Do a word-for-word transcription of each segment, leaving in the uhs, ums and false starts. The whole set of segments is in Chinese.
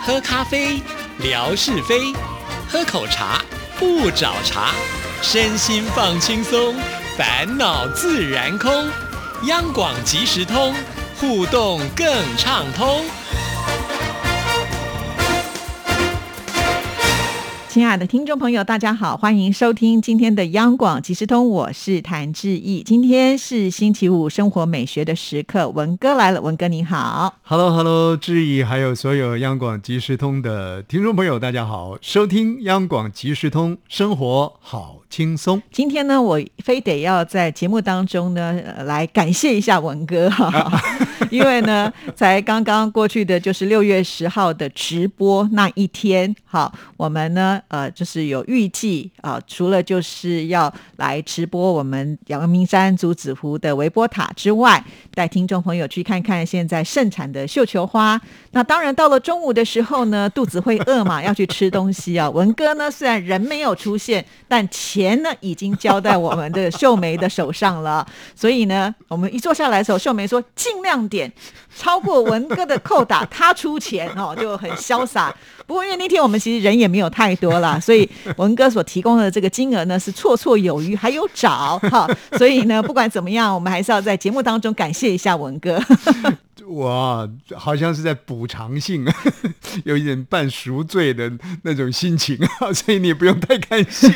喝咖啡，聊是非；喝口茶，不找茬。身心放轻松，烦恼自然空。央广即时通，互动更畅通。 亲爱的听众朋友大家好，欢迎收听今天的央广即时通，我是谭志毅。今天是星期五，生活美学的时刻，文哥来了。文哥你好。 Hello Hello， 志毅还有所有央广即时通的听众朋友大家好，收听央广即时通，生活好轻松。 今天呢我非得要在节目当中呢、呃、来感谢一下文哥哈、啊，因为呢才刚刚过去的就是六月十号的直播那一天，好，我们呢呃就是有预计啊，除了就是要来直播我们阳明山竹子湖的微波塔之外，带听众朋友去看看现在盛产的绣球花。那当然到了中午的时候呢，肚子会饿嘛，要去吃东西啊。文哥呢虽然人没有出现，但钱呢已经交在我们的秀梅的手上了，所以呢我们一坐下来的时候，秀梅说尽量点，超过文哥的扣打他出钱哦，就很潇洒。不过因为那天我们其实人也没有太多啦，所以文哥所提供的这个金额呢是绰绰有余，还有找哈，所以呢不管怎么样，我们还是要在节目当中感谢一下文哥。 哇，好像是在补偿性，有一点半赎罪的那种心情啊，所以你也不用太感谢。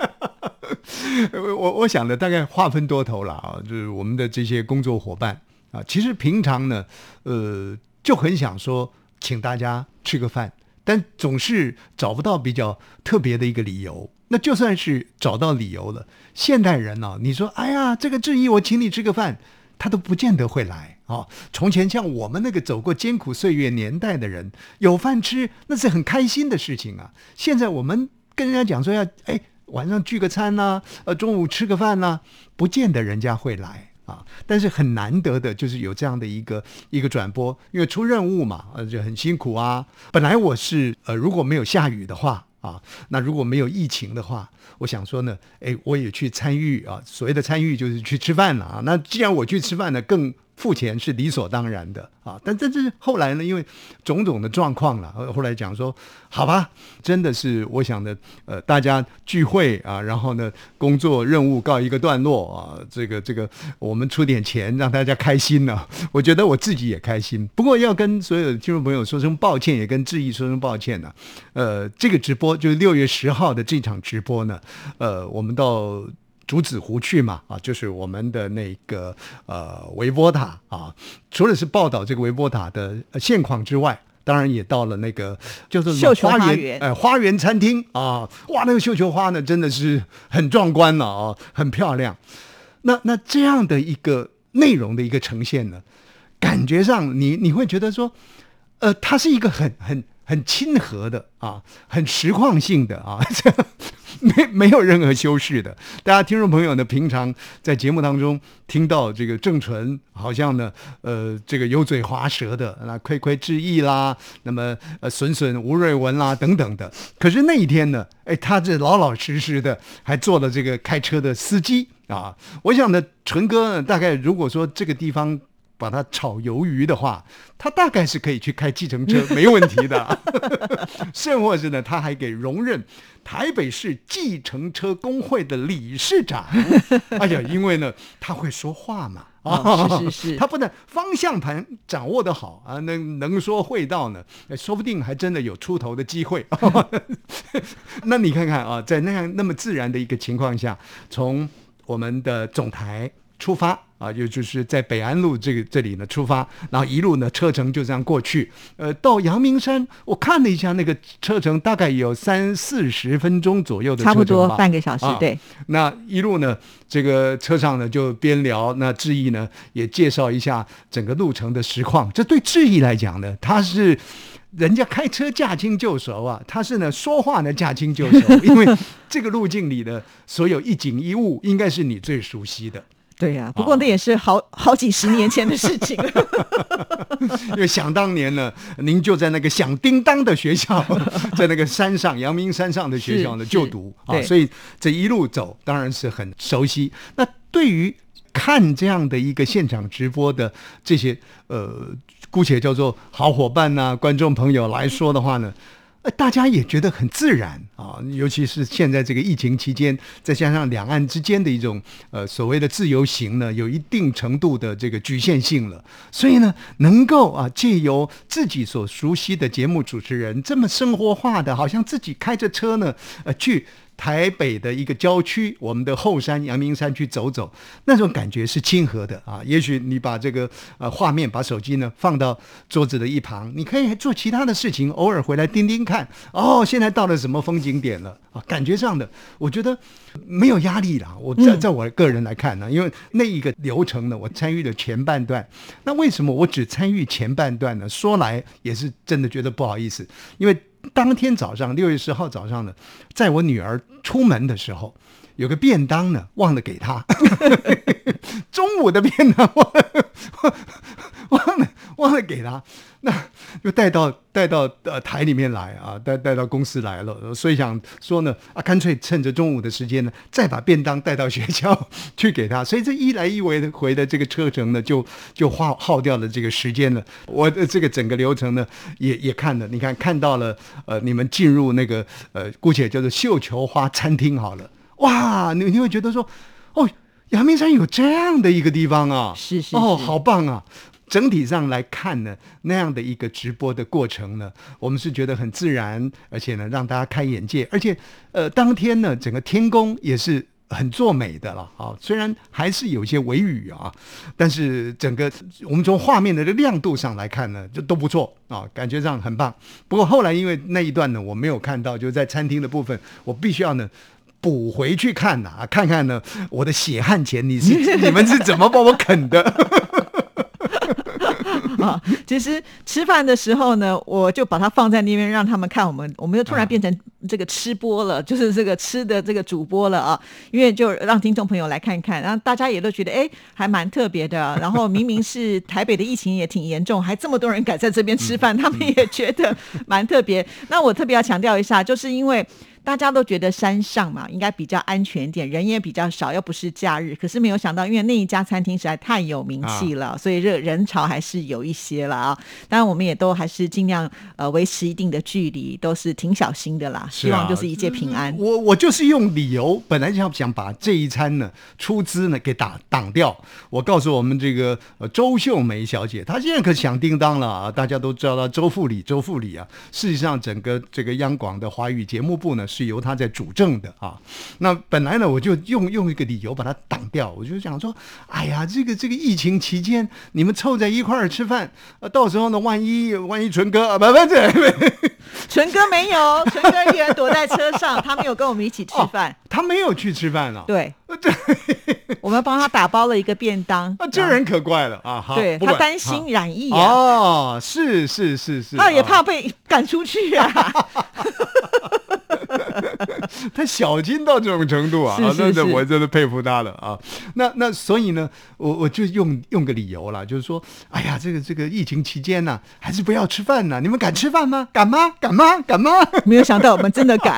我我想的大概话分多头了啊，就是我们的这些工作伙伴啊，其实平常呢，呃，就很想说请大家吃个饭，但总是找不到比较特别的一个理由。那就算是找到理由了，现代人呢、啊，你说哎呀，这个志毅我请你吃个饭，他都不见得会来啊、哦。从前像我们那个走过艰苦岁月年代的人，有饭吃那是很开心的事情啊。现在我们跟人家讲说要哎晚上聚个餐呐、啊，呃中午吃个饭呐、啊，不见得人家会来。啊，但是很难得的就是有这样的一个一个转播，因为出任务嘛，呃，就很辛苦啊。本来我是呃，如果没有下雨的话啊，那如果没有疫情的话，我想说呢，哎，我也去参与啊。所谓的参与就是去吃饭了啊。那既然我去吃饭呢，更付钱是理所当然的啊。但这是后来呢，因为种种的状况了，后来讲说，好吧，真的是我想的，呃，大家聚会啊，然后呢，工作任务告一个段落啊，这个这个，我们出点钱让大家开心呢、啊，我觉得我自己也开心。不过要跟所有的听众朋友说声抱歉，也跟志毅说声抱歉呢、啊。呃，这个直播就是六月十号的这场直播呢，呃，我们到竹子湖去嘛，啊，就是我们的那个呃微波塔啊，除了是报道这个微波塔的现况之外，当然也到了那个就是绣球花花园， 园，呃，花园餐厅啊，哇，那个绣球花呢，真的是很壮观了啊，很漂亮。那那这样的一个内容的一个呈现呢，感觉上你你会觉得说，呃，它是一个很很很亲和的啊，很实况性的啊，这样。没没有任何修饰的，大家听众朋友呢，平常在节目当中听到这个郑纯好像呢，呃，这个油嘴滑舌的，那亏亏志毅啦，那么呃损损吴瑞文啦等等的，可是那一天呢，哎，他这老老实实的，还做了这个开车的司机啊。我想呢，纯哥呢，大概如果说这个地方把它炒鱿鱼的话，他大概是可以去开计程车没问题的。甚或是呢，他还给荣任台北市计程车工会的理事长。哎呀，因为呢他会说话嘛， 哦、是是是， 他不但方向盘掌握得好啊，能能说会道呢，说不定还真的有出头的机会。那你看看啊，在那样那么自然的一个情况下，从我们的总台出发啊，就就是在北安路这个这里呢出发，然后一路呢车程就这样过去，呃，到阳明山，我看了一下那个车程大概有三四十分钟左右的车程吧， 差不多半个小时， 啊、 对。 那一路呢，这个车上呢就边聊，那志毅呢也介绍一下整个路程的实况。这对志毅来讲呢，他是。人家开车驾轻就熟啊，他是呢说话呢驾轻就熟，因为这个路径里的所有一景一物，应该是你最熟悉的。 对呀、啊，不过那也是好、哦、好几十年前的事情了。 因为想当年呢，您就在那个响叮当的学校，在那个山上阳明山上的学校呢就读啊，所以这一路走当然是很熟悉。那对于看这样的一个现场直播的这些呃姑且叫做好伙伴呐、啊、观众朋友来说的话呢，呃，大家也觉得很自然啊，尤其是现在这个疫情期间，再加上两岸之间的一种呃所谓的自由行呢，有一定程度的这个局限性了，所以呢，能够啊借由自己所熟悉的节目主持人这么生活化的，好像自己开着车呢，呃去台北的一个郊区，我们的后山阳明山去走走，那种感觉是亲和的啊。也许你把这个呃画面，把手机呢放到桌子的一旁，你可以做其他的事情，偶尔回来盯盯看，哦，现在到了什么风景点了啊？感觉上的，我觉得没有压力啦。我在在我个人来看呢，因为那一个流程呢，我参与了前半段。那为什么我只参与前半段呢？说来也是真的觉得不好意思，因为当天早上六月十号早上呢，在我女儿出门的时候，有个便当呢忘了给她，中午的便当忘了忘了忘了给她，那就带到带到呃台里面来啊，带带到公司来了，所以想说呢啊，干脆趁着中午的时间呢，再把便当带到学校去给她，所以这一来一回的回的这个车程呢，就就耗耗掉了这个时间了。我的这个整个流程呢，也也看了，你看看到了呃，你们进入那个呃，姑且叫做绣球花餐厅好了，哇，你你会觉得说，哦，阳明山有这样的一个地方啊， 是是是哦，好棒啊。整体上来看呢，那样的一个直播的过程呢，我们是觉得很自然，而且呢让大家开眼界，而且呃当天呢整个天公也是很作美的了啊，虽然还是有一些微雨啊，但是整个我们从画面的亮度上来看呢，就都不错啊，感觉上很棒。不过后来因为那一段呢我没有看到，就在餐厅的部分，我必须要呢补回去看呐、啊，看看呢我的血汗钱你是你们是怎么把我啃的。 啊，其实吃饭的时候呢，我就把它放在那边让他们看我们，我们就突然变成这个吃播了，啊、就是这个吃的这个主播了啊，因为就让听众朋友来看看，然后大家也都觉得哎还蛮特别的，然后明明是台北的疫情也挺严重，还这么多人敢在这边吃饭，他们也觉得蛮特别。那我特别要强调一下，就是因为大家都觉得山上嘛应该比较安全一点，人也比较少，又不是假日，可是没有想到因为那一家餐厅实在太有名气了、啊、所以这人潮还是有一些了啊。当然我们也都还是尽量呃维持一定的距离，都是挺小心的啦、啊、希望就是一切平安。 我我就是用理由，本来想想把这一餐呢出资呢给打挡掉。我告诉我们这个、呃、周秀梅小姐，她现在可响叮当了啊，大家都知道她周副理周副理啊，事实上整个这个央广的华语节目部呢是由他在主政的啊。那本来呢我就用用一个理由把它挡掉，我就想说哎呀这个这个疫情期间你们凑在一块儿吃饭、啊、到时候呢万一万一纯哥啊不不不纯哥没有，纯哥一人躲在车上，他没有跟我们一起吃饭、哦、 他没有去吃饭了、啊、 对我们帮他打包了一个便当啊，这人可怪了啊！ 对他担心染疫啊， 哦，是是是是， 他也怕被赶出去啊。 他小心到这种程度啊， 是是是， 我真的佩服他了啊。那那所以呢，我我就用用个理由啦，就是说，哎呀，这个这个疫情期间呢、啊，还是不要吃饭呢、啊。你们敢吃饭吗？敢吗？敢吗？敢吗？ 没有想到我们真的敢。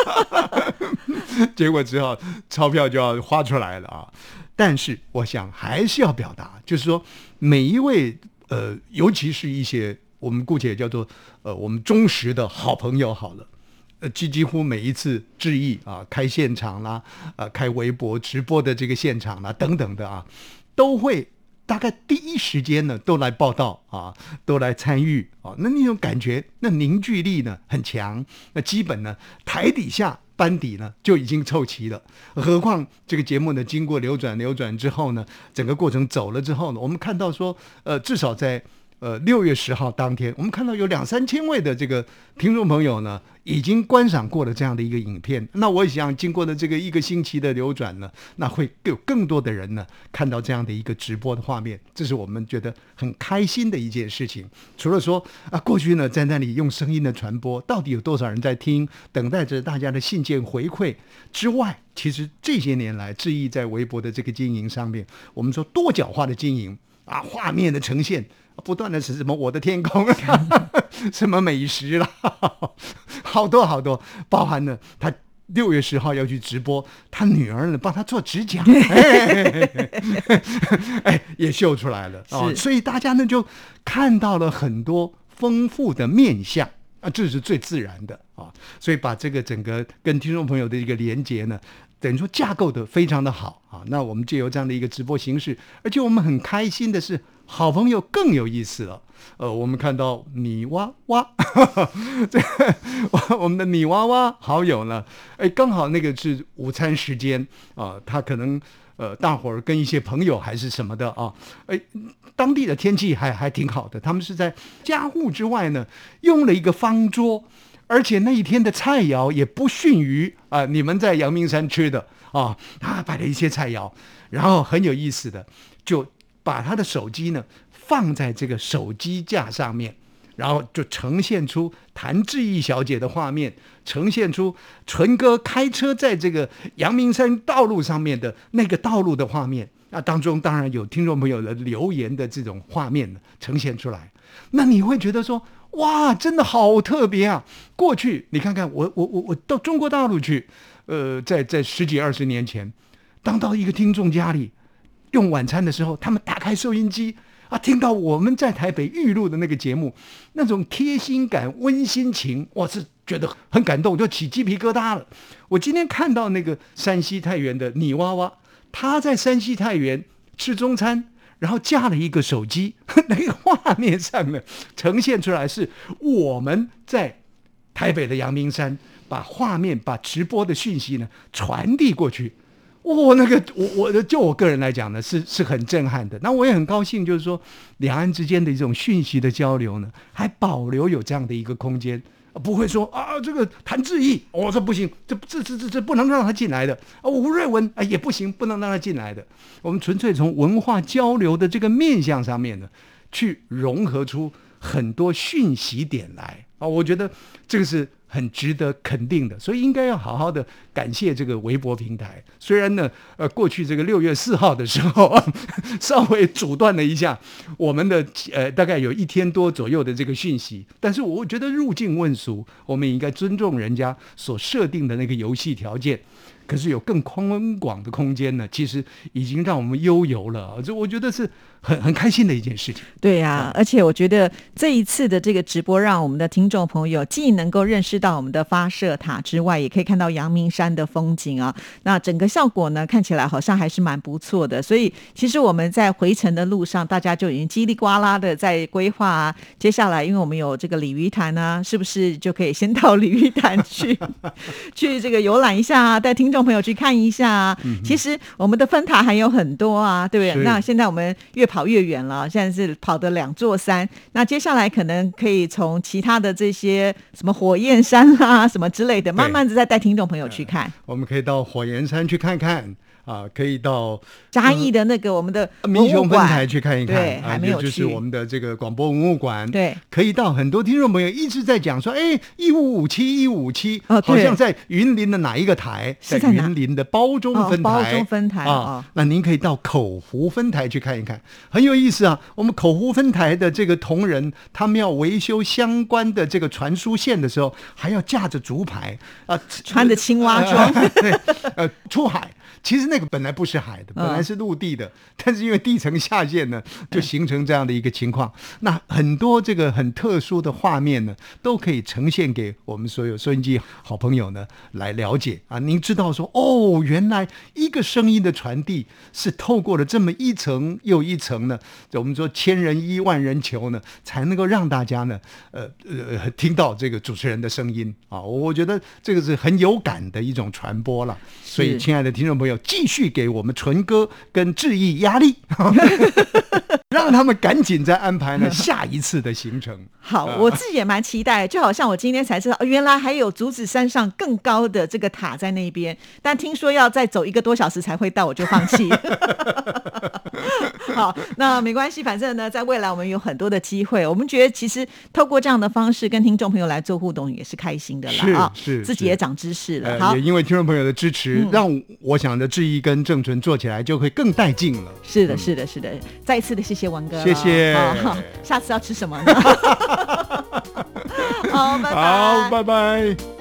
结果只好钞票就要花出来了啊！但是我想还是要表达，就是说每一位呃，尤其是一些我们姑且叫做呃我们忠实的好朋友好了，呃几几乎每一次致意啊，开现场啦，呃开微博直播的这个现场啦等等的啊，都会大概第一时间呢都来报道啊，都来参与啊，那那种感觉，那凝聚力呢很强，那基本呢台底下班底呢就已经凑齐了，何况这个节目呢经过流转流转之后呢，整个过程走了之后呢，我们看到说呃至少在呃六月十号当天，我们看到有两三千位的这个听众朋友呢已经观赏过了这样的一个影片。那我想经过了这个一个星期的流转呢，那会有更多的人呢看到这样的一个直播的画面，这是我们觉得很开心的一件事情。除了说啊过去呢在那里用声音的传播，到底有多少人在听，等待着大家的信件回馈之外，其实这些年来致意在微博的这个经营上面，我们说多角化的经营啊，画面的呈现不断的是什么我的天空什么美食啦，好多好多，包含了他六月十号要去直播，他女儿呢帮他做指甲，哎，哎也秀出来了啊、哦！所以大家呢就看到了很多丰富的面相啊，这是最自然的啊。所以把这个整个跟听众朋友的一个连结呢，等于说架构的非常的好啊。那我们借由这样的一个直播形式，而且我们很开心的是，好朋友更有意思了。呃，我们看到泥娃娃，这个我们的泥娃娃好友呢，哎，刚好那个是午餐时间啊、呃，他可能呃，大伙儿跟一些朋友还是什么的啊，哎，当地的天气还还挺好的，他们是在家户之外呢，用了一个方桌，而且那一天的菜肴也不逊于啊、呃、你们在阳明山吃的啊，他摆了一些菜肴，然后很有意思的，就把他的手机呢。放在这个手机架上面，然后就呈现出谭志毅小姐的画面，呈现出纯哥开车在这个阳明山道路上面的那个道路的画面。那当中当然有听众朋友的留言的这种画面呈现出来，那你会觉得说，哇，真的好特别啊！过去你看看我我我我到中国大陆去，呃，在在十几二十年前，当到一个听众家里用晚餐的时候，他们打开收音机。啊，听到我们在台北预录的那个节目，那种贴心感、温馨情，我是觉得很感动，就起鸡皮疙瘩了。我今天看到那个山西太原的泥娃娃，他在山西太原吃中餐，然后架了一个手机，那个画面上呢，呈现出来是我们在台北的阳明山，把画面、把直播的讯息呢传递过去。哦，那个我我就我个人来讲呢，是是很震撼的。那我也很高兴，就是说两岸之间的一种讯息的交流呢，还保留有这样的一个空间，不会说啊，这个谭志毅，哦，这不行，这这这这这不能让他进来的啊，吴瑞文啊也不行，不能让他进来的。我们纯粹从文化交流的这个面向上面呢，去融合出很多讯息点来啊，我觉得这个是很值得肯定的，所以应该要好好的感谢这个微博平台。虽然呢，呃，过去这个六月四号的时候啊，稍微阻断了一下我们的呃大概有一天多左右的这个讯息，但是我觉得入境问俗，我们也应该尊重人家所设定的那个游戏条件。可是有更宽广的空间呢，其实已经让我们悠游了，这我觉得是很很开心的一件事情。 对呀、啊，而且我觉得这一次的这个直播，让我们的听众朋友既能够认识到我们的发射塔之外，也可以看到阳明山的风景啊。那整个效果呢，看起来好像还是蛮不错的。所以其实我们在回程的路上，大家就已经叽里呱啦的在规划啊。接下来，因为我们有这个鲤鱼潭啊，是不是就可以先到鲤鱼潭去去这个游览一下啊，带听众朋友去看一下啊、嗯、其实我们的分塔还有很多啊，对不对？那现在我们越跑越远了，现在是跑的两座山，那接下来可能可以从其他的这些什么火焰山啊什么之类的，慢慢的再带听众朋友去看、呃、 我们可以到火焰山去看看啊，可以到嘉义的那个我们的民雄分台去看一看， 对， 啊、 还没有去， 就是我们的这个广播文物馆， 对， 可以到。很多听众朋友一直在讲说，哎，一五五七一五五七，好像在云林的哪一个台？ 在云林的褒忠分台， 哦、褒忠分台啊、 哦。那您可以到口湖分台去看一看，很有意思啊。我们口湖分台的这个同仁，他们要维修相关的这个传输线的时候，还要架着竹排啊， 穿着青蛙装， 呃、对，呃，出海。其实那个本来不是海的，本来是陆地的、嗯、但是因为地层下陷呢，就形成这样的一个情况、嗯、那很多这个很特殊的画面呢，都可以呈现给我们所有收音机好朋友呢来了解啊。您知道说，哦，原来一个声音的传递是透过了这么一层又一层呢，我们说千人一万人求呢，才能够让大家呢呃呃听到这个主持人的声音啊。我觉得这个是很有感的一种传播了。所以亲爱的听众朋友，继续给我们纯哥跟志毅压力让他们赶紧再安排呢下一次的行程。 好，我自己也蛮期待，就好像我今天才知道、哦、原来还有竹子山上更高的这个塔在那边，但听说要再走一个多小时才会到，我就放弃好，那没关系，反正呢在未来我们有很多的机会，我们觉得其实透过这样的方式跟听众朋友来做互动也是开心的啦， 是、 啊、 是自己也长知识了、 呃、 好， 也因为听众朋友的支持、嗯、让我想的志毅跟郑纯做起来就会更带劲了。 是的是的是的、嗯、再一次的谢谢文哥， 谢谢、 哦、下次要吃什么呢好，拜拜， 好，拜拜。